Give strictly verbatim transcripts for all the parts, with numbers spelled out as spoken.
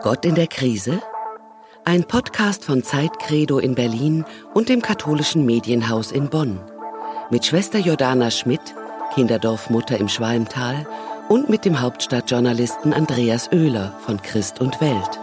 Gott in der Krise? Ein Podcast von Zeitcredo in Berlin und dem katholischen Medienhaus in Bonn. Mit Schwester Jordana Schmidt, Kinderdorfmutter im Schwalmtal, und mit dem Hauptstadtjournalisten Andreas Oehler von Christ und Welt.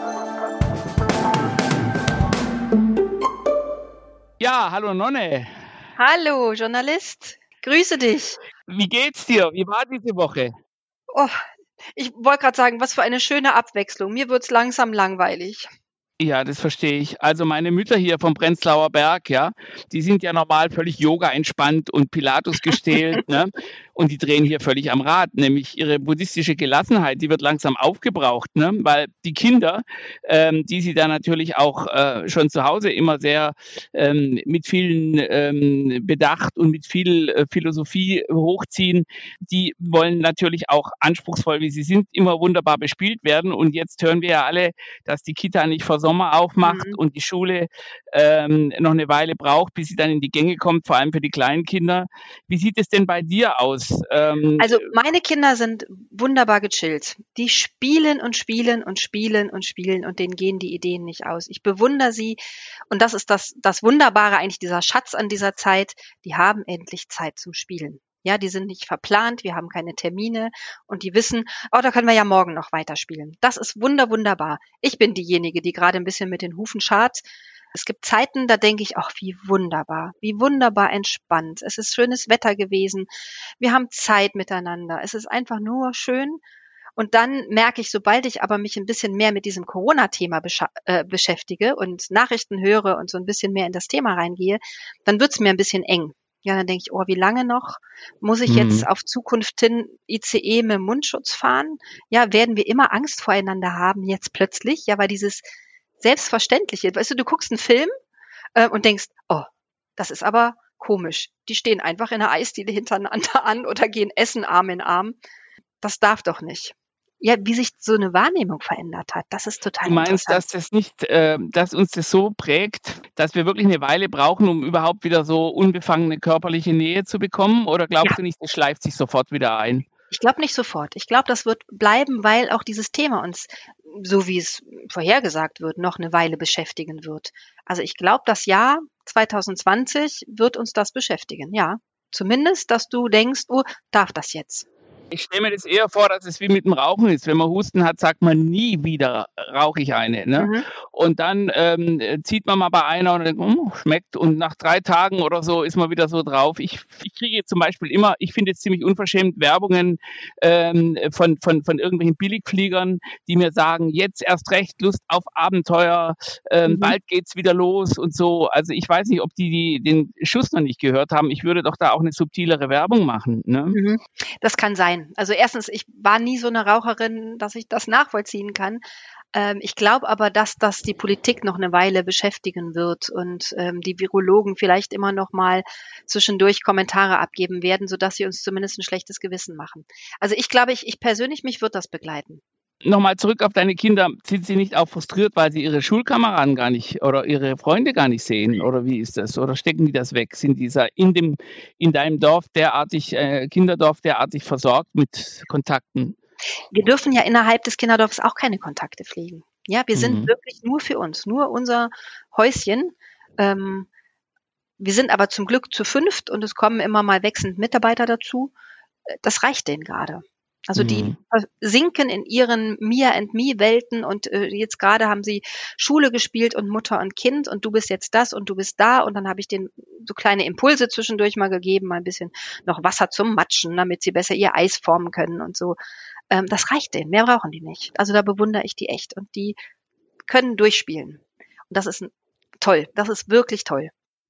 Ja, hallo Nonne. Hallo Journalist, grüße dich. Wie geht's dir? Wie war diese Woche? Oh, ich wollte gerade sagen, was für eine schöne Abwechslung. Mir wird's langsam langweilig. Ja, das verstehe ich. Also meine Mütter hier vom Prenzlauer Berg, ja, die sind ja normal völlig Yoga entspannt und Pilatus gestählt, ne? Und die drehen hier völlig am Rad, nämlich ihre buddhistische Gelassenheit, die wird langsam aufgebraucht, ne? Weil die Kinder, ähm, die sie da natürlich auch äh, schon zu Hause immer sehr ähm, mit vielen ähm, Bedacht und mit viel äh, Philosophie hochziehen, die wollen natürlich auch anspruchsvoll, wie sie sind, immer wunderbar bespielt werden. Und jetzt hören wir ja alle, dass die Kita nicht vor Sommer aufmacht Mhm. und die Schule ähm, noch eine Weile braucht, bis sie dann in die Gänge kommt, vor allem für die kleinen Kinder. Wie sieht es denn bei dir aus? Ähm, Also meine Kinder sind wunderbar gechillt. Die spielen und spielen und spielen und spielen und denen gehen die Ideen nicht aus. Ich bewundere sie und das ist das, das Wunderbare eigentlich, dieser Schatz an dieser Zeit. Die haben endlich Zeit zum Spielen. Ja, die sind nicht verplant, wir haben keine Termine und die wissen, oh, da können wir ja morgen noch weiterspielen. Das ist wunder, wunderbar. Ich bin diejenige, die gerade ein bisschen mit den Hufen scharrt. Es gibt Zeiten, da denke ich, ach, wie wunderbar, wie wunderbar entspannt. Es ist schönes Wetter gewesen. Wir haben Zeit miteinander. Es ist einfach nur schön. Und dann merke ich, sobald ich aber mich ein bisschen mehr mit diesem Corona-Thema bescha- äh, beschäftige und Nachrichten höre und so ein bisschen mehr in das Thema reingehe, dann wird's mir ein bisschen eng. Ja, dann denke ich, oh, wie lange noch? Muss ich jetzt Mhm. auf Zukunft hin I C E mit Mundschutz fahren? Ja, werden wir immer Angst voreinander haben jetzt plötzlich? Ja, weil dieses Selbstverständliche, weißt du, du guckst einen Film äh, und denkst, oh, das ist aber komisch. Die stehen einfach in der Eisdiele hintereinander an oder gehen essen Arm in Arm. Das darf doch nicht. Ja, wie sich so eine Wahrnehmung verändert hat, das ist Du total meinst, interessant. dass das nicht, äh, dass uns das so prägt, dass wir wirklich eine Weile brauchen, um überhaupt wieder so unbefangene körperliche Nähe zu bekommen? Oder Ja, glaubst du nicht, das schleift sich sofort wieder ein? ich glaube nicht sofort. Ich glaube, das wird bleiben, weil auch dieses Thema uns, so wie es vorhergesagt wird, noch eine Weile beschäftigen wird. Also ich glaube, das Jahr zwanzig zwanzig wird uns das beschäftigen, ja. Zumindest, dass du denkst, oh, darf das jetzt? Ich stelle mir das eher vor, dass es wie mit dem Rauchen ist. Wenn man Husten hat, sagt man nie wieder rauche ich eine. Ne? Mhm. Und dann ähm, zieht man mal bei einer und denkt, hm, schmeckt. Und nach drei Tagen oder so ist man wieder so drauf. Ich, ich kriege zum Beispiel immer, ich finde es ziemlich unverschämt, Werbungen ähm, von, von, von irgendwelchen Billigfliegern, die mir sagen, jetzt erst recht Lust auf Abenteuer, ähm, Mhm. bald geht's wieder los und so. Also ich weiß nicht, ob die, die den Schuss noch nicht gehört haben. Ich würde doch da auch eine subtilere Werbung machen. Ne? Mhm. Das kann sein. Also erstens, ich war nie so eine Raucherin, dass ich das nachvollziehen kann. Ähm, ich glaube aber, dass das die Politik noch eine Weile beschäftigen wird und ähm, die Virologen vielleicht immer noch mal zwischendurch Kommentare abgeben werden, sodass sie uns zumindest ein schlechtes Gewissen machen. Also ich glaube, ich, ich persönlich, mich wird das begleiten. Nochmal zurück auf deine Kinder. Sind sie nicht auch frustriert, weil sie ihre Schulkameraden gar nicht oder ihre Freunde gar nicht sehen? Oder wie ist das? Oder stecken die das weg? Sind dieser in dem, in deinem Dorf derartig, äh, Kinderdorf derartig versorgt mit Kontakten? Wir dürfen ja innerhalb des Kinderdorfs auch keine Kontakte pflegen. Ja, wir sind Mhm. wirklich nur für uns, nur unser Häuschen. Ähm, Wir sind aber zum Glück zu fünft und es kommen immer mal wechselnd Mitarbeiter dazu. Äh, Das reicht denen gerade. Also die Mhm. sinken in ihren Mia and Me Welten und äh, jetzt gerade haben sie Schule gespielt und Mutter und Kind und du bist jetzt das und du bist da und dann habe ich denen so kleine Impulse zwischendurch mal gegeben, mal ein bisschen noch Wasser zum Matschen, damit sie besser ihr Eis formen können und so. Ähm, das reicht denen, mehr brauchen die nicht. Also da bewundere ich die echt und die können durchspielen. Und das ist ein, toll, das ist wirklich toll.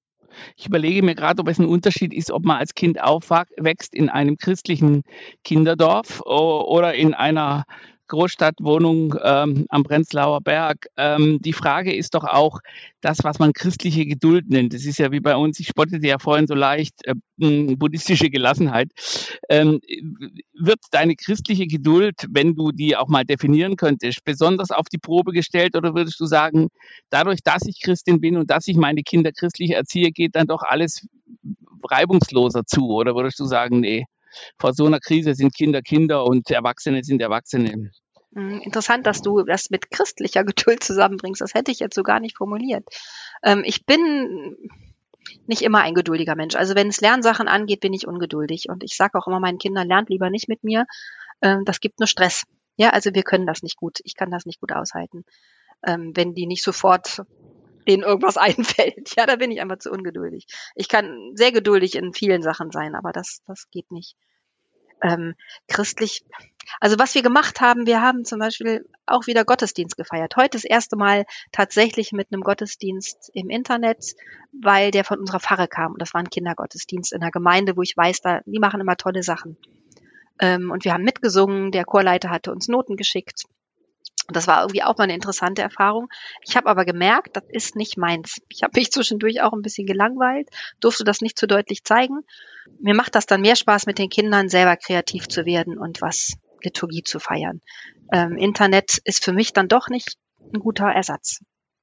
Ich überlege mir gerade, ob es ein Unterschied ist, ob man als Kind aufwächst in einem christlichen Kinderdorf o- oder in einer Großstadtwohnung ähm, am Prenzlauer Berg. Ähm, die Frage ist doch auch das, was man christliche Geduld nennt. Das ist ja wie bei uns, ich spottete ja vorhin so leicht, äh, mh, buddhistische Gelassenheit. Ähm, wird deine christliche Geduld, wenn du die auch mal definieren könntest, besonders auf die Probe gestellt oder würdest du sagen, dadurch, dass ich Christin bin und dass ich meine Kinder christlich erziehe, geht dann doch alles reibungsloser zu? Oder würdest du sagen, nee, vor so einer Krise sind Kinder Kinder und Erwachsene sind Erwachsene? Mhm. Interessant, dass du das mit christlicher Geduld zusammenbringst. Das hätte ich jetzt so gar nicht formuliert. Ähm, ich bin nicht immer ein geduldiger Mensch. Also wenn es Lernsachen angeht, bin ich ungeduldig. Und ich sage auch immer meinen Kindern, lernt lieber nicht mit mir. Ähm, das gibt nur Stress. Ja, also wir können das nicht gut. Ich kann das nicht gut aushalten, ähm, wenn die nicht sofort denen irgendwas einfällt. Ja, da bin ich einfach zu ungeduldig. Ich kann sehr geduldig in vielen Sachen sein, aber das, das geht nicht. Ähm, christlich, also was wir gemacht haben, wir haben zum Beispiel auch wieder Gottesdienst gefeiert. Heute das erste Mal tatsächlich mit einem Gottesdienst im Internet, weil der von unserer Pfarre kam. Und das war ein Kindergottesdienst in einer Gemeinde, wo ich weiß, da, die machen immer tolle Sachen. Ähm, und wir haben mitgesungen, der Chorleiter hatte uns Noten geschickt. Und das war irgendwie auch mal eine interessante Erfahrung. Ich habe aber gemerkt, das ist nicht meins. Ich habe mich zwischendurch auch ein bisschen gelangweilt, durfte das nicht zu deutlich zeigen. Mir macht das dann mehr Spaß, mit den Kindern selber kreativ zu werden und was Liturgie zu feiern. Ähm, Internet ist für mich dann doch nicht ein guter Ersatz.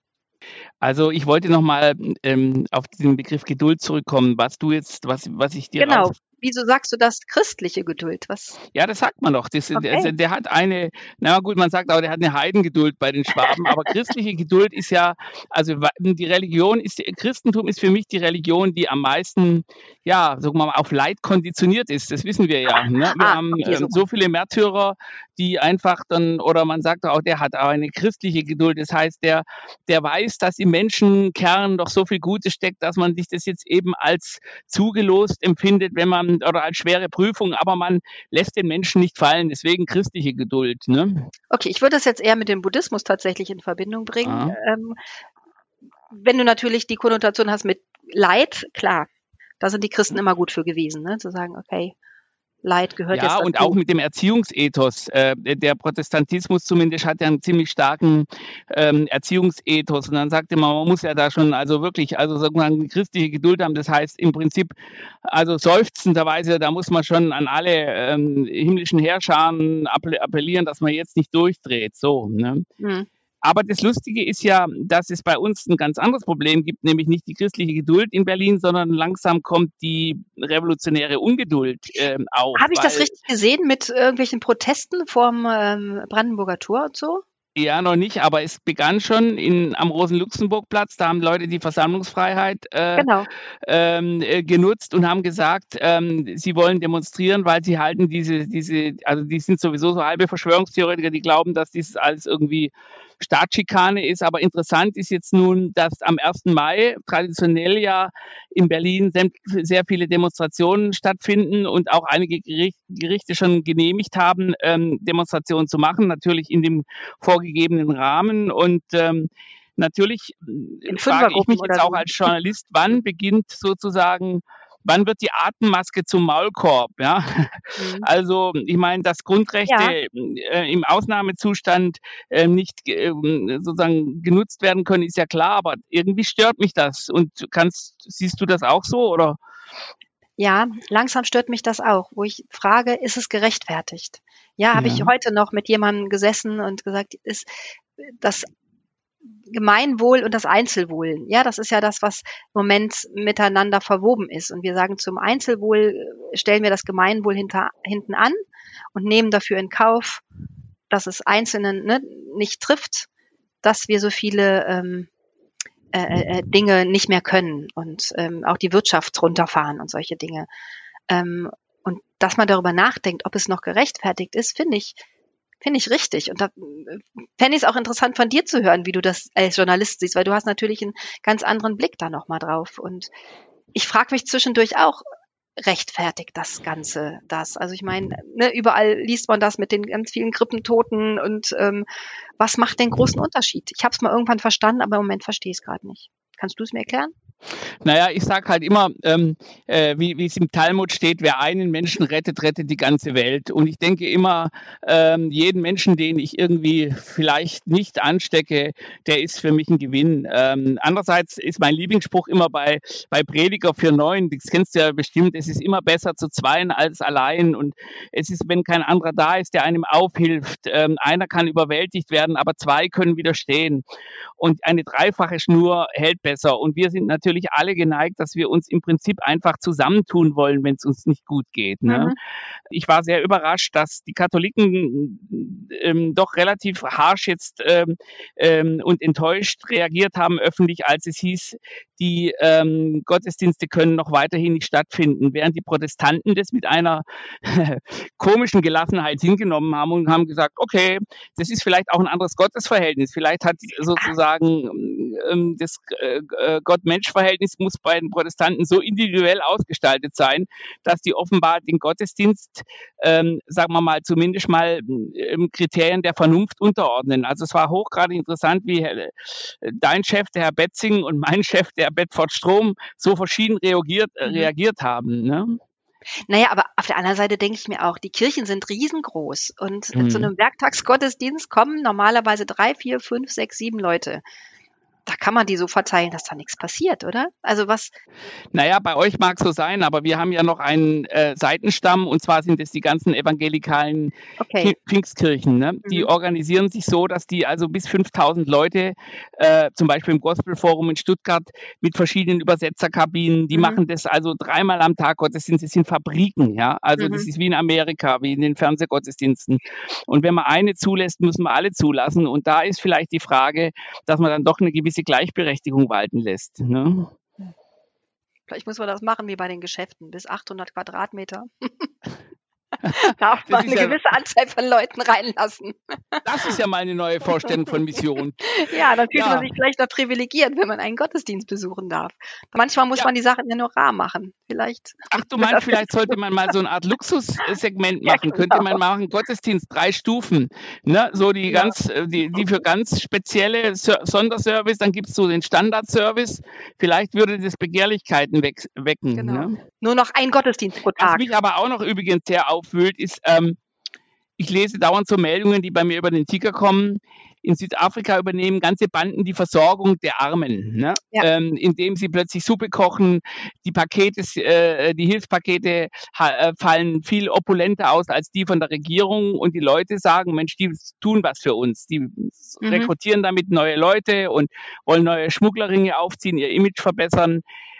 Also ich wollte nochmal ähm, auf diesen Begriff Geduld zurückkommen, was du jetzt, was, was ich dir Genau. raus... Wieso sagst du das christliche Geduld? Was? Ja, das sagt man doch. Das, Okay. also der hat eine, na gut, man sagt auch, der hat eine Heidengeduld bei den Schwaben, aber christliche Geduld ist ja, also die Religion ist, Christentum ist für mich die Religion, die am meisten, ja, sagen wir mal, auf Leid konditioniert ist. Das wissen wir ja. Ne? Wir Ah, haben okay, so. ähm, so viele Märtyrer, die einfach dann, oder man sagt auch, der hat auch eine christliche Geduld. Das heißt, der, der weiß, dass im Menschenkern doch so viel Gutes steckt, dass man sich das jetzt eben als zugelost empfindet, wenn man, oder als schwere Prüfung, aber man lässt den Menschen nicht fallen, deswegen christliche Geduld. Ne? Okay, ich würde das jetzt eher mit dem Buddhismus tatsächlich in Verbindung bringen. Ah. Ähm, wenn du natürlich die Konnotation hast mit Leid, klar, da sind die Christen immer gut für gewesen, ne? Zu sagen, okay, Leid gehört Ja, jetzt dazu. und auch mit dem Erziehungsethos. Äh, der Protestantismus zumindest hat ja einen ziemlich starken ähm, Erziehungsethos. Und dann sagte man, man muss ja da schon also wirklich, also sozusagen eine christliche Geduld haben. Das heißt im Prinzip, also seufzenderweise, da muss man schon an alle ähm, himmlischen Herrscharen appellieren, dass man jetzt nicht durchdreht. So, ne? Mhm. Aber das Lustige ist ja, dass es bei uns ein ganz anderes Problem gibt, nämlich nicht die christliche Geduld in Berlin, sondern langsam kommt die revolutionäre Ungeduld ähm, auf. Habe ich das weil- richtig gesehen mit irgendwelchen Protesten vorm ähm, Brandenburger Tor und so? Ja, noch nicht, aber es begann schon in, am Rosen-Luxemburg-Platz. Da haben Leute die Versammlungsfreiheit äh, Genau. ähm, äh, genutzt und haben gesagt, ähm, sie wollen demonstrieren, weil sie halten diese, diese, also die sind sowieso so halbe Verschwörungstheoretiker, die glauben, dass dieses alles irgendwie Staatsschikane ist. Aber interessant ist jetzt nun, dass am ersten Mai traditionell ja in Berlin sehr viele Demonstrationen stattfinden und auch einige Gericht, Gerichte schon genehmigt haben, ähm, Demonstrationen zu machen, natürlich in dem vorgegebenen Rahmen. Und ähm, natürlich In frage ich mich Fünfergruppen jetzt oder auch so. als Journalist, wann beginnt sozusagen, wann wird die Atemmaske zum Maulkorb? Ja? Mhm. Also ich meine, dass Grundrechte Ja. äh, im Ausnahmezustand äh, nicht äh, sozusagen genutzt werden können, ist ja klar, aber irgendwie stört mich das. Und kannst, siehst du das auch so, oder? Ja, langsam stört mich das auch, wo ich frage, ist es gerechtfertigt? Ja, habe Ja. ich heute noch mit jemandem gesessen und gesagt, ist das Gemeinwohl und das Einzelwohl. Ja, das ist ja das, was im Moment miteinander verwoben ist. Und wir sagen, zum Einzelwohl stellen wir das Gemeinwohl hinter, hinten an und nehmen dafür in Kauf, dass es Einzelnen ne, nicht trifft, dass wir so viele ähm, äh, äh, Dinge nicht mehr können und ähm, auch die Wirtschaft runterfahren und solche Dinge. Ähm, und dass man darüber nachdenkt, ob es noch gerechtfertigt ist, finde ich, finde ich richtig. Und da fände ich es auch interessant von dir zu hören, wie du das als Journalist siehst, weil du hast natürlich einen ganz anderen Blick da nochmal drauf. Und ich frage mich zwischendurch auch, rechtfertigt das Ganze das? Also ich meine, ne, überall liest man das mit den ganz vielen Grippentoten und ähm, was macht den großen Unterschied? Ich habe es mal irgendwann verstanden, aber im Moment verstehe ich es gerade nicht. Kannst du es mir erklären? Naja, ich sage halt immer, ähm, äh, wie wie es im Talmud steht, wer einen Menschen rettet, rettet die ganze Welt. Und ich denke immer, ähm, jeden Menschen, den ich irgendwie vielleicht nicht anstecke, der ist für mich ein Gewinn. Ähm, andererseits ist mein Lieblingsspruch immer bei, bei Prediger für Neun, das kennst du ja bestimmt, es ist immer besser zu zweien als allein. Und es ist, wenn kein anderer da ist, der einem aufhilft. Ähm, einer kann überwältigt werden, aber zwei können widerstehen. und eine dreifache Schnur hält besser. Und wir sind natürlich alle geneigt, dass wir uns im Prinzip einfach zusammentun wollen, wenn es uns nicht gut geht. Ne? Mhm. Ich war sehr überrascht, dass die Katholiken ähm, doch relativ harsch jetzt ähm, ähm, und enttäuscht reagiert haben öffentlich, als es hieß, die ähm, Gottesdienste können noch weiterhin nicht stattfinden, während die Protestanten das mit einer komischen Gelassenheit hingenommen haben und haben gesagt, okay, das ist vielleicht auch ein anderes Gottesverhältnis. Vielleicht hat sozusagen ähm, das äh, Gott-Mensch-Verhältnis muss bei den Protestanten so individuell ausgestaltet sein, dass die offenbar den Gottesdienst, ähm, sagen wir mal, zumindest mal ähm, Kriterien der Vernunft unterordnen. Also es war hochgradig interessant, wie äh, dein Chef, der Herr Betzing, und mein Chef, der Bedford Strom, so verschieden reagiert, äh, Mhm. reagiert haben. Ne? Naja, aber auf der anderen Seite denke ich mir auch, die Kirchen sind riesengroß und Mhm. zu einem Werktagsgottesdienst kommen normalerweise drei, vier, fünf, sechs, sieben Leute. Da kann man die so verteilen, dass da nichts passiert, oder? Also was? Naja, bei euch mag es so sein, aber wir haben ja noch einen äh, Seitenstamm, und zwar sind es die ganzen evangelikalen Okay. Pfingstkirchen. Ne? Die Mhm. organisieren sich so, dass die also bis fünftausend Leute, äh, zum Beispiel im Gospelforum in Stuttgart, mit verschiedenen Übersetzerkabinen, die Mhm. machen das also dreimal am Tag Gottesdienst. Das sind Fabriken, ja. Also das Mhm. ist wie in Amerika, wie in den Fernsehgottesdiensten. Und wenn man eine zulässt, müssen wir alle zulassen. Und da ist vielleicht die Frage, dass man dann doch eine gewisse Gleichberechtigung walten lässt. Ne? Vielleicht muss man das machen wie bei den Geschäften, bis achthundert Quadratmeter. Darf Das man ist eine ja, gewisse Anzahl von Leuten reinlassen. das ist ja mal eine neue Vorstellung von Mission. Ja, dann fühlt man Ja, sich vielleicht noch privilegiert, wenn man einen Gottesdienst besuchen darf. Manchmal muss ja. man die Sachen ja nur rar machen. Vielleicht. Ach, du meinst, vielleicht sollte man mal so eine Art Luxussegment Ja, machen. Könnte man genau. machen, Gottesdienst, drei Stufen. Ne? So die Ja. ganz, äh, die, die für ganz spezielle Ser- Sonderservice, dann gibt es so den Standardservice. Vielleicht würde das Begehrlichkeiten weck, wecken. Genau. Ne? Nur noch ein Gottesdienst pro Was Tag. mich aber auch noch übrigens sehr aufwühlt, ist, ähm, ich lese dauernd so Meldungen, die bei mir über den Ticker kommen. In Südafrika übernehmen ganze Banden die Versorgung der Armen, ne? Ja. ähm, indem sie plötzlich Suppe kochen. Die Pakete, äh, die Hilfspakete äh, fallen viel opulenter aus als die von der Regierung. Und die Leute sagen, Mensch, die tun was für uns. Die Mhm. rekrutieren damit neue Leute und wollen neue Schmugglerringe aufziehen, ihr Image verbessern.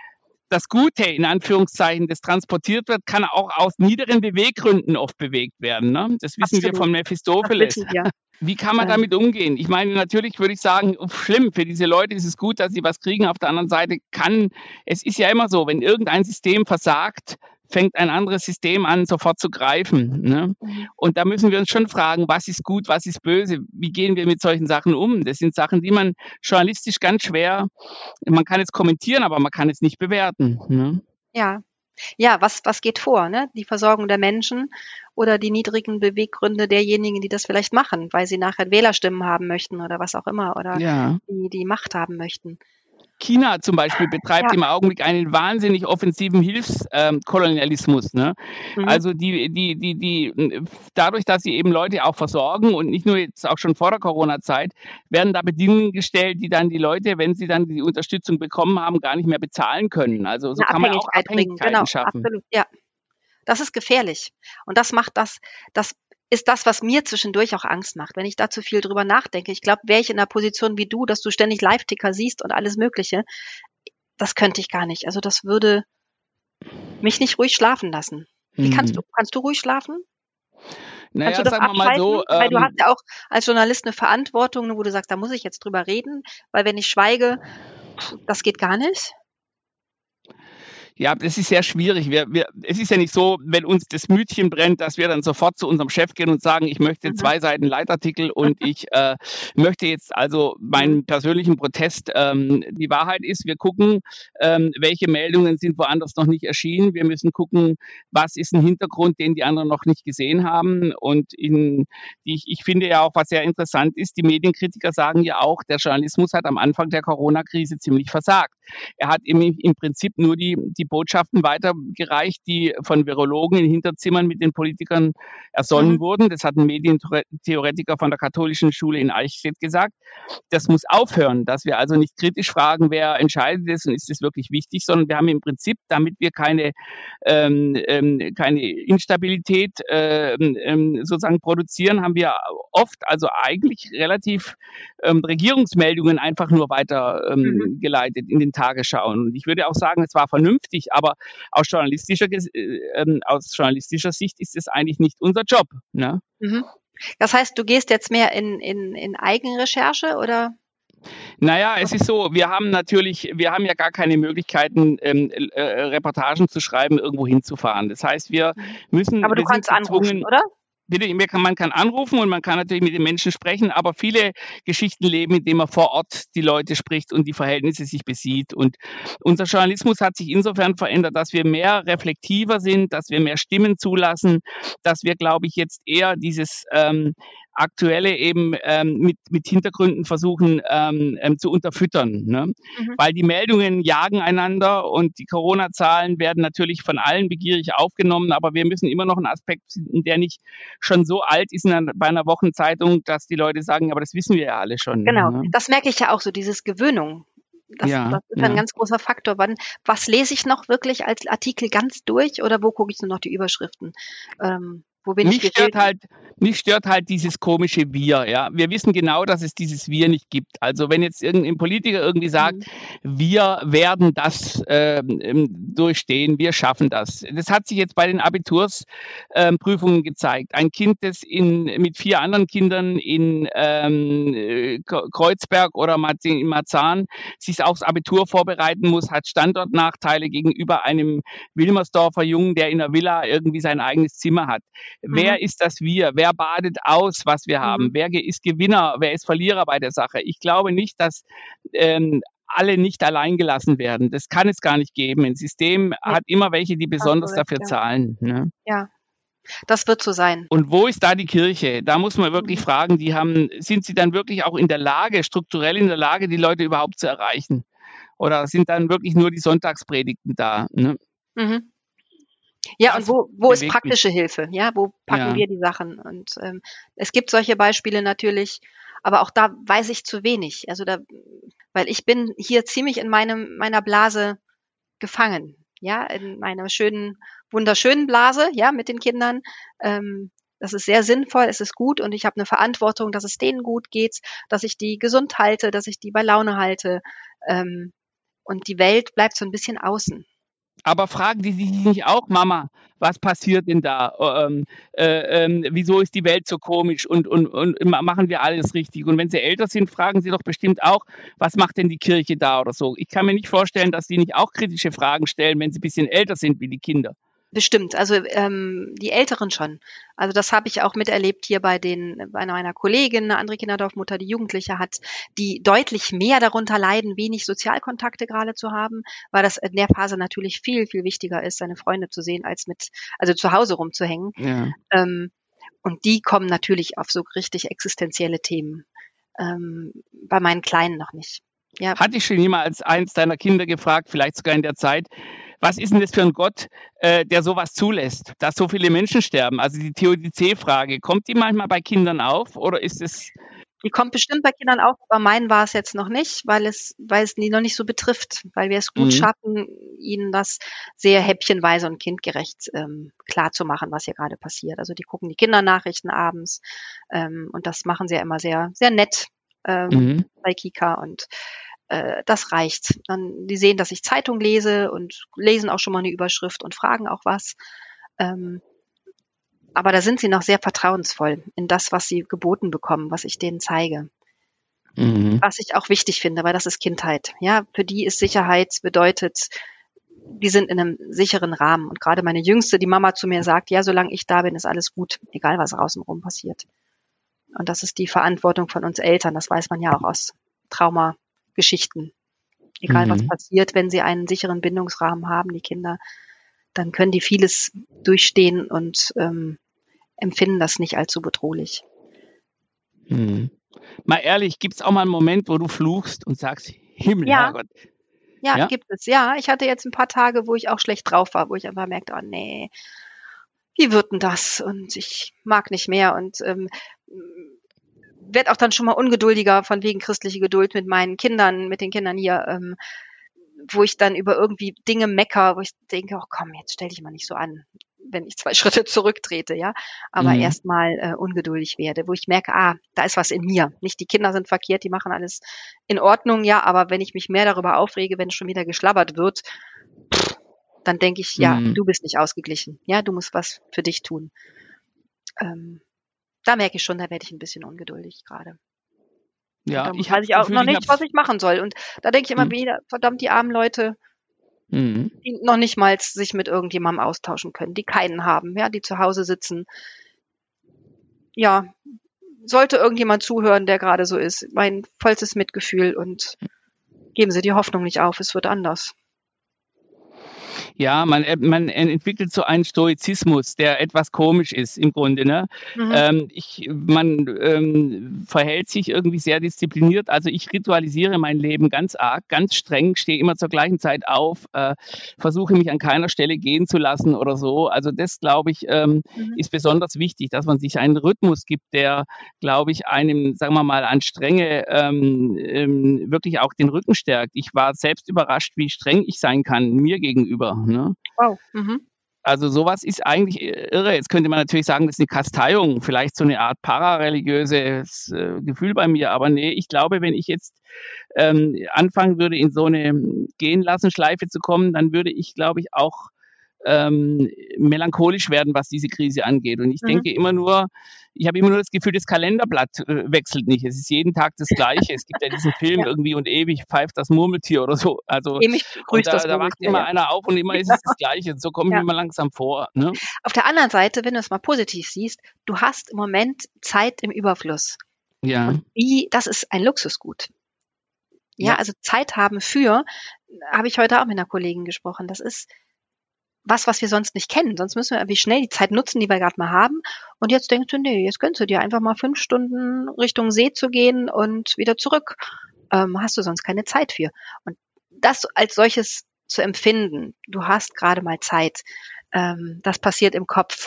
Das Gute, in Anführungszeichen, das transportiert wird, kann auch aus niederen Beweggründen oft bewegt werden. Ne? Das wissen wir Absolut. von Das Mephistopheles. wissen wir. Wie kann man Ähm, damit umgehen? Ich meine, natürlich würde ich sagen, uff, schlimm, für diese Leute ist es gut, dass sie was kriegen. Auf der anderen Seite kann, es ist ja immer so, wenn irgendein System versagt, fängt ein anderes System an, sofort zu greifen. Ne? mhm. Und da müssen wir uns schon fragen, was ist gut, was ist böse? Wie gehen wir mit solchen Sachen um? Das sind Sachen, die man journalistisch ganz schwer, man kann es kommentieren, aber man kann es nicht bewerten. Ne? Ja. Ja, was, was geht vor, ne? Die Versorgung der Menschen oder die niedrigen Beweggründe derjenigen, die das vielleicht machen, weil sie nachher Wählerstimmen haben möchten oder was auch immer oder Ja. die, die Macht haben möchten. China zum Beispiel betreibt Ja. im Augenblick einen wahnsinnig offensiven Hilfskolonialismus. Ne? Mhm. Also die, die, die, die, dadurch, dass sie eben Leute auch versorgen und nicht nur jetzt auch schon vor der Corona-Zeit, werden da Bedingungen gestellt, die dann die Leute, wenn sie dann die Unterstützung bekommen haben, gar nicht mehr bezahlen können. Also so Eine kann man auch Abhängigkeit bringen, Abhängigkeiten genau, schaffen. absolut, ja. Das ist gefährlich. Und das macht das, das ist das, was mir zwischendurch auch Angst macht, wenn ich da zu viel drüber nachdenke. Ich glaube, wäre ich in einer Position wie du, dass du ständig Live-Ticker siehst und alles Mögliche, das könnte ich gar nicht. Also das würde mich nicht ruhig schlafen lassen. Wie kannst du, Mhm. kannst du ruhig schlafen? Kannst Naja, du das sagen wir mal abschalten? so, Weil du hast ähm, ja auch als Journalist eine Verantwortung, wo du sagst, da muss ich jetzt drüber reden, weil wenn ich schweige, pff, das geht gar nicht. ja, das ist sehr schwierig. Wir, wir, es ist ja nicht so, wenn uns das Mütchen brennt, dass wir dann sofort zu unserem Chef gehen und sagen, ich möchte Mhm. zwei Seiten Leitartikel und ich äh, möchte jetzt also Mhm. meinen persönlichen Protest. Ähm, die Wahrheit ist, wir gucken, ähm, welche Meldungen sind woanders noch nicht erschienen. Wir müssen gucken, was ist ein Hintergrund, den die anderen noch nicht gesehen haben. Und in, ich, ich finde ja auch, was sehr interessant ist, die Medienkritiker sagen ja auch, der Journalismus hat am Anfang der Corona-Krise ziemlich versagt. Er hat im, im Prinzip nur die, die Botschaften weitergereicht, die von Virologen in Hinterzimmern mit den Politikern ersonnen Mhm. wurden. Das hat ein Medientheoretiker von der Katholischen Schule in Eichstätt gesagt. Das muss aufhören, dass wir also nicht kritisch fragen, wer entscheidet es und ist es wirklich wichtig, sondern wir haben im Prinzip, damit wir keine, ähm, ähm, keine Instabilität ähm, ähm, sozusagen produzieren, haben wir oft, also eigentlich relativ ähm, Regierungsmeldungen einfach nur weiter Mhm. ähm, geleitet in den Tagesschauen. Und ich würde auch sagen, es war vernünftig, aber aus journalistischer, äh, ähm, aus journalistischer Sicht ist es eigentlich nicht unser Job. Ne? Mhm. Das heißt, du gehst jetzt mehr in, in, in Eigenrecherche oder? Naja, es ist so, wir haben natürlich, wir haben ja gar keine Möglichkeiten, ähm, äh, Reportagen zu schreiben, irgendwo hinzufahren. Das heißt, wir müssen, Aber du wir sind kannst anrufen, gezwungen, oder? man kann anrufen und man kann natürlich mit den Menschen sprechen, aber viele Geschichten leben, indem man vor Ort die Leute spricht und die Verhältnisse sich besieht. Und unser Journalismus hat sich insofern verändert, dass wir mehr reflektiver sind, dass wir mehr Stimmen zulassen, dass wir, glaube ich, jetzt eher dieses ähm, Aktuelle eben ähm, mit, mit Hintergründen versuchen ähm, ähm, zu unterfüttern. Ne? Mhm. Weil die Meldungen jagen einander und die Corona-Zahlen werden natürlich von allen begierig aufgenommen, aber wir müssen immer noch einen Aspekt finden, der nicht schon so alt ist in einer, bei einer Wochenzeitung, dass die Leute sagen, aber das wissen wir ja alle schon. Genau, Ne? das merke ich ja auch so, dieses Gewöhnung. Das, Ja, das ist ein ja. ganz großer Faktor. Wann, was lese ich noch wirklich als Artikel ganz durch oder wo gucke ich nur noch die Überschriften? Ähm, wo bin ich Mich stört gewillt? halt, mich stört halt dieses komische Wir, ja. Wir wissen genau, dass es dieses Wir nicht gibt. Also wenn jetzt irgendein Politiker irgendwie sagt, Mhm. wir werden das ähm, ähm, durchstehen, wir schaffen das. Das hat sich jetzt bei den Abitursprüfungen ähm, gezeigt. Ein Kind, das in, mit vier anderen Kindern in ähm, äh, Kreuzberg oder in Marzahn sich aufs Abitur vorbereiten muss, hat Standortnachteile gegenüber einem Wilmersdorfer Jungen, der in einer Villa irgendwie sein eigenes Zimmer hat. Mhm. Wer ist das Wir? Wer badet aus, was wir haben? Mhm. Wer ist Gewinner? Wer ist Verlierer bei der Sache? Ich glaube nicht, dass ähm, alle nicht allein gelassen werden. Das kann es gar nicht geben. Ein System Nee, hat immer welche, die hast du besonders recht, dafür ja. zahlen. Ne? Ja, das wird so sein. Und wo ist da die Kirche? Da muss man wirklich Mhm. fragen, die haben, sind sie dann wirklich auch in der Lage, strukturell in der Lage, die Leute überhaupt zu erreichen? Oder sind dann wirklich nur die Sonntagspredigten da? Ne? Mhm. Ja, und Das wo, wo ist bewegt mich. praktische Hilfe? Ja, wo packen Ja. wir die Sachen? Und ähm, es gibt solche Beispiele natürlich, aber auch da weiß ich zu wenig. Also da, weil ich bin hier ziemlich in meinem meiner Blase gefangen, ja, in meiner schönen, wunderschönen Blase, ja, mit den Kindern. Ähm, das ist sehr sinnvoll, es ist gut und ich habe eine Verantwortung, dass es denen gut geht, dass ich die gesund halte, dass ich die bei Laune halte. Ähm, und die Welt bleibt so ein bisschen außen. Aber fragen die sich nicht auch, Mama, was passiert denn da? Ähm, äh, ähm, wieso ist die Welt so komisch und, und, und ma- machen wir alles richtig? Und wenn sie älter sind, fragen sie doch bestimmt auch, was macht denn die Kirche da oder so? Ich kann mir nicht vorstellen, dass die nicht auch kritische Fragen stellen, wenn sie ein bisschen älter sind wie die Kinder. Bestimmt, also ähm, die Älteren schon. Also das habe ich auch miterlebt hier bei den bei einer meiner Kollegin, eine andere Kinderdorfmutter, die Jugendliche hat, die deutlich mehr darunter leiden, wenig Sozialkontakte gerade zu haben, weil das in der Phase natürlich viel, viel wichtiger ist, seine Freunde zu sehen, als mit, also zu Hause rumzuhängen. Ja. Ähm, und die kommen natürlich auf so richtig existenzielle Themen. Ähm, bei meinen Kleinen noch nicht. Ja, Hatte ich schon jemals eins deiner Kinder gefragt, vielleicht sogar in der Zeit, was ist denn das für ein Gott, äh, der sowas zulässt, dass so viele Menschen sterben? Also die Theodizee-Frage, kommt die manchmal bei Kindern auf oder ist es... die kommt bestimmt bei Kindern auf, aber meinen war es jetzt noch nicht, weil es, weil es die noch nicht so betrifft, weil wir es gut Mhm. schaffen, ihnen das sehr häppchenweise und kindgerecht ähm, klar zu machen, was hier gerade passiert. Also die gucken die Kindernachrichten abends ähm, und das machen sie ja immer sehr, sehr nett ähm, Mhm. bei Kika und äh, das reicht. Dann, die sehen, dass ich Zeitung lese und lesen auch schon mal eine Überschrift und fragen auch was. Ähm, aber da sind sie noch sehr vertrauensvoll in das, was sie geboten bekommen, was ich denen zeige. Mhm. Was ich auch wichtig finde, weil das ist Kindheit. Ja, für die ist Sicherheit bedeutet, die sind in einem sicheren Rahmen. Und gerade meine Jüngste, die Mama zu mir sagt, ja, solange ich da bin, ist alles gut, egal was außenrum passiert. Und das ist die Verantwortung von uns Eltern. Das weiß man ja auch aus Traumageschichten. Egal was Mhm. passiert, wenn sie einen sicheren Bindungsrahmen haben, die Kinder, dann können die vieles durchstehen und ähm, empfinden das nicht allzu bedrohlich. Mhm. Mal ehrlich, gibt es auch mal einen Moment, wo du fluchst und sagst, Himmel, Ja, Herrgott, Ja, Ja? gibt es. Ja, ich hatte jetzt ein paar Tage, wo ich auch schlecht drauf war, wo ich einfach merkte, oh nee, wie wird denn das? Und ich mag nicht mehr und ähm, werde auch dann schon mal ungeduldiger von wegen christliche Geduld mit meinen Kindern, mit den Kindern hier, ähm, wo ich dann über irgendwie Dinge mecker, wo ich denke, oh komm, jetzt stell dich mal nicht so an, wenn ich zwei Schritte zurücktrete, ja, aber Mhm. erstmal äh, ungeduldig werde, wo ich merke, ah, da ist was in mir. Nicht die Kinder sind verkehrt, die machen alles in Ordnung, ja, aber wenn ich mich mehr darüber aufrege, wenn schon wieder geschlabbert wird, pff, dann denke ich, ja, Mhm. du bist nicht ausgeglichen, ja, du musst was für dich tun. Ähm, da merke ich schon, da werde ich ein bisschen ungeduldig gerade. Und Ja, da ich weiß habe ich das auch Gefühl, noch ich nicht, habe was es. ich machen soll. Und da denke ich immer Mhm. wieder, verdammt, die armen Leute, Mhm. die noch nicht mal sich mit irgendjemandem austauschen können, die keinen haben, ja, die zu Hause sitzen. Ja, sollte irgendjemand zuhören, der gerade so ist, mein vollstes Mitgefühl und geben Sie die Hoffnung nicht auf, es wird anders. Ja, man, äh, man entwickelt so einen Stoizismus, der etwas komisch ist im Grunde. Ne? Mhm. Ähm, ich, man ähm, verhält sich irgendwie sehr diszipliniert. Also ich ritualisiere mein Leben ganz arg, ganz streng, stehe immer zur gleichen Zeit auf, äh, versuche mich an keiner Stelle gehen zu lassen oder so. Also das, glaube ich, ähm, Mhm. ist besonders wichtig, dass man sich einen Rhythmus gibt, der, glaube ich, einem, sagen wir mal, an Strenge ähm, ähm, wirklich auch den Rücken stärkt. Ich war selbst überrascht, wie streng ich sein kann mir gegenüber. Ne? Wow. Mhm. Also sowas ist eigentlich irre. Jetzt könnte man natürlich sagen, das ist eine Kasteiung, vielleicht so eine Art parareligiöses äh, Gefühl bei mir. Aber nee, ich glaube, wenn ich jetzt ähm, anfangen würde, in so eine Gehen-lassen-Schleife zu kommen, dann würde ich, glaube ich, auch ähm, melancholisch werden, was diese Krise angeht. Und ich Mhm. denke immer nur, ich habe immer nur das Gefühl, das Kalenderblatt äh, wechselt nicht. Es ist jeden Tag das Gleiche. Es gibt ja diesen Film Ja. irgendwie und ewig pfeift das Murmeltier oder so. Also Ewig und grüßt da, das da wacht Murmeltier, immer ja. einer auf und immer ist Ja. es das Gleiche. So komme ich Ja. mir immer langsam vor. Ne? Auf der anderen Seite, wenn du es mal positiv siehst, du hast im Moment Zeit im Überfluss. Ja, Und wie, das ist ein Luxusgut. Ja, ja, also Zeit haben für, habe ich heute auch mit einer Kollegin gesprochen. Das ist was, was wir sonst nicht kennen. Sonst müssen wir irgendwie schnell die Zeit nutzen, die wir gerade mal haben. Und jetzt denkst du, nee, jetzt gönnst du dir einfach mal fünf Stunden Richtung See zu gehen und wieder zurück. Ähm, hast du sonst keine Zeit für. Und das als solches zu empfinden, du hast gerade mal Zeit, ähm, das passiert im Kopf.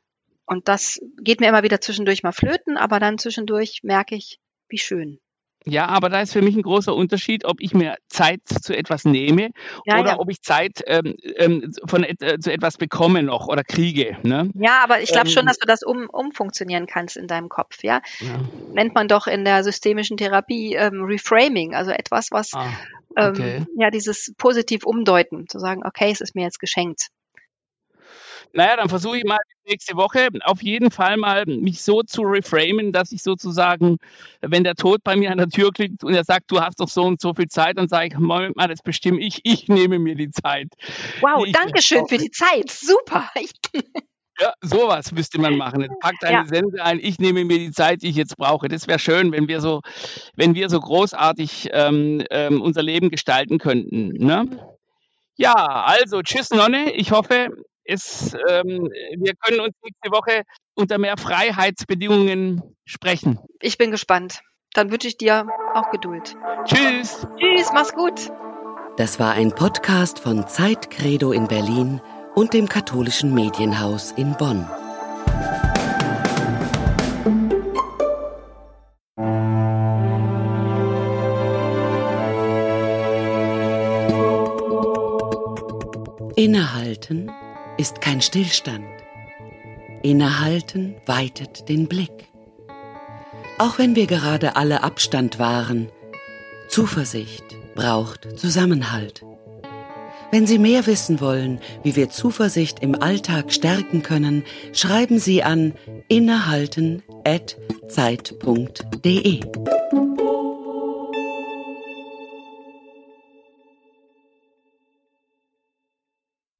Und das geht mir immer wieder zwischendurch mal flöten, aber dann zwischendurch merke ich, wie schön. ja, aber da ist für mich ein großer Unterschied, ob ich mir Zeit zu etwas nehme Ja, oder ja. ob ich Zeit ähm, ähm, von et äh, zu etwas bekomme noch oder kriege. Ne? Ja, aber ich glaube schon, Ähm, dass du das um umfunktionieren kannst in deinem Kopf, ja? ja. Nennt man doch in der systemischen Therapie ähm, Reframing, also etwas, was Ah, ähm, okay. ja dieses positiv umdeuten, zu sagen, okay, es ist mir jetzt geschenkt. Naja, dann versuche ich mal nächste Woche auf jeden Fall mal mich so zu reframen, dass ich sozusagen, wenn der Tod bei mir an der Tür klingt und er sagt, du hast doch so und so viel Zeit, dann sage ich, Moment mal, das bestimme ich, ich nehme mir die Zeit, Wow, die ich jetzt danke schön für brauche. die Zeit. Super. Ich, Ja, sowas müsste man machen. Jetzt packt ja, eine Sense ein, ich nehme mir die Zeit, die ich jetzt brauche. Das wäre schön, wenn wir so, wenn wir so großartig ähm, ähm, unser Leben gestalten könnten. Ne? Ja, also tschüss Nonne. Ich hoffe, es, ähm, wir können uns nächste Woche unter mehr Freiheitsbedingungen sprechen. ich bin gespannt. Dann wünsche ich dir auch Geduld. Tschüss. Tschüss, mach's gut. Das war ein Podcast von Zeit Credo in Berlin und dem Katholischen Medienhaus in Bonn. Innehalten ist kein Stillstand. Innehalten weitet den Blick. Auch wenn wir gerade alle Abstand wahren, Zuversicht braucht Zusammenhalt. Wenn Sie mehr wissen wollen, wie wir Zuversicht im Alltag stärken können, schreiben Sie an innehalten at zeit punkt de.